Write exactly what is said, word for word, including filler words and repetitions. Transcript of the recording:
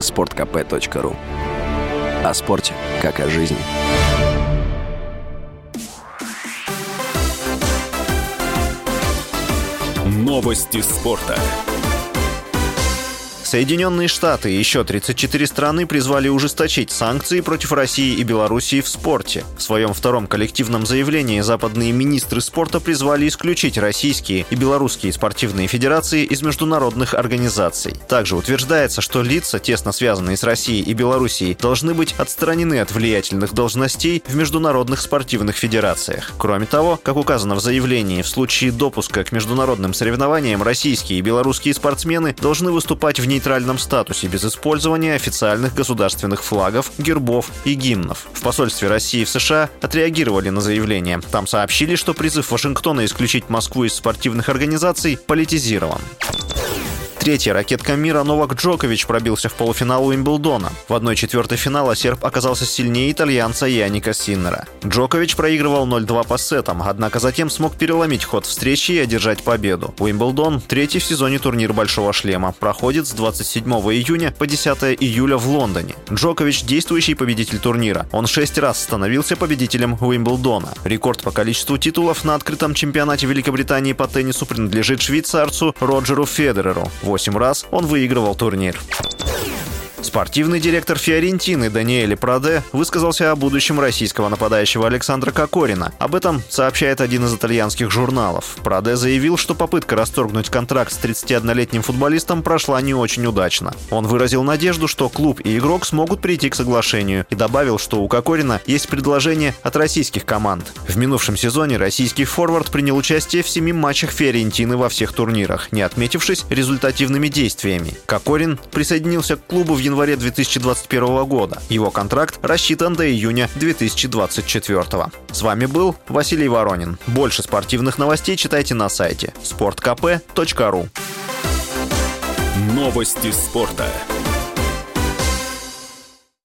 спорт ка пэ точка ру. О спорте, как о жизни. Новости спорта. Соединенные Штаты и еще тридцать четыре страны призвали ужесточить санкции против России и Белоруссии в спорте. В своем втором коллективном заявлении западные министры спорта призвали исключить российские и белорусские спортивные федерации из международных организаций. Также утверждается, что лица, тесно связанные с Россией и Белоруссией, должны быть отстранены от влиятельных должностей в международных спортивных федерациях. Кроме того, как указано в заявлении, в случае допуска к международным соревнованиям российские и белорусские спортсмены должны выступать в нейтральном нейтральном статусе без использования официальных государственных флагов, гербов и гимнов. В посольстве России в США отреагировали на заявление. Там сообщили, что призыв Вашингтона исключить Москву из спортивных организаций политизирован. Третья ракетка мира Новак Джокович пробился в полуфинал Уимблдона. В одной четвертой финала серб оказался сильнее итальянца Яника Синнера. Джокович проигрывал ноль-два по сетам, однако затем смог переломить ход встречи и одержать победу. Уимблдон, третий в сезоне турнир Большого шлема, проходит с двадцать седьмого июня по десятого июля в Лондоне. Джокович – действующий победитель турнира. Он шесть раз становился победителем Уимблдона. Рекорд по количеству титулов на открытом чемпионате Великобритании по теннису принадлежит швейцарцу Роджеру Федереру. Восемь раз он выигрывал турнир. Спортивный директор Фиорентины Даниэле Праде высказался о будущем российского нападающего Александра Кокорина. Об этом сообщает один из итальянских журналов. Праде заявил, что попытка расторгнуть контракт с тридцатиоднолетним футболистом прошла не очень удачно. Он выразил надежду, что клуб и игрок смогут прийти к соглашению, и добавил, что у Кокорина есть предложение от российских команд. В минувшем сезоне российский форвард принял участие в семи матчах Фиорентины во всех турнирах, не отметившись результативными действиями. Кокорин присоединился к клубу в январе две тысячи двадцать первого года. Его контракт рассчитан до июня две тысячи двадцать четвёртого. С вами был Василий Воронин. Больше спортивных новостей читайте на сайте спорт ка пэ точка ру. Новости спорта.